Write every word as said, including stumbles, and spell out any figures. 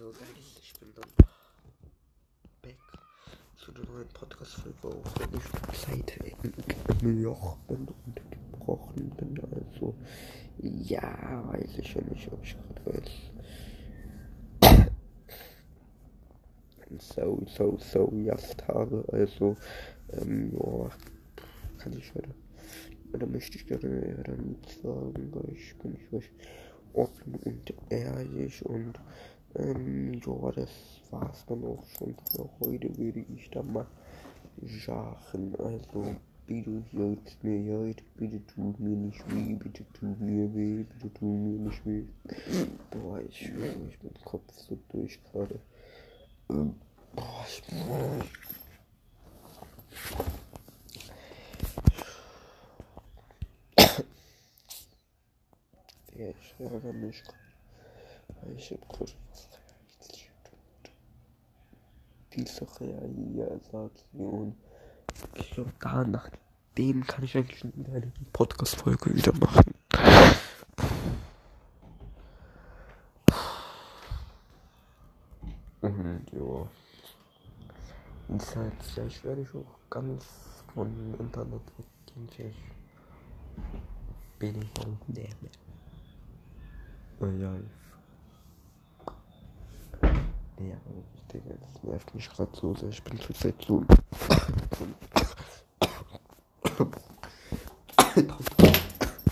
So guys, ich bin dann back zu der neuen Podcast-Folge, auch wenn ich Zeit im Loch bin und gebrochen bin. Also, ja, weiß ich ja nicht, ob ich gerade weiß. So, so, so, Jast habe. Also, ähm, ja, kann ich heute. Oder möchte ich gerne ja dann nicht sagen, weil ich bin nicht recht offen und ehrlich und ähm, ja, das war's dann auch schon für heute, würde ich dann mal sagen. Also, bitte hört mir leid, bitte tut mir nicht weh, bitte tut mir weh, bitte tut mir nicht weh. Boah, ich schwöre, ich bin Kopf so durch gerade. Ähm, boah, ich bin... Ja, ich ärgere mich gerade, weil ich hab gerade was diese Realisation. Ich glaube, da nach dem kann ich eigentlich schon wieder eine Podcast-Folge wieder machen. Und ja. Und halt, vielleicht werde ich auch ganz von Internet weggehen. Vielleicht bin ich auch näher mehr. Ja, ja, ich denke, das nervt mich gerade so sehr. Ich bin zurzeit so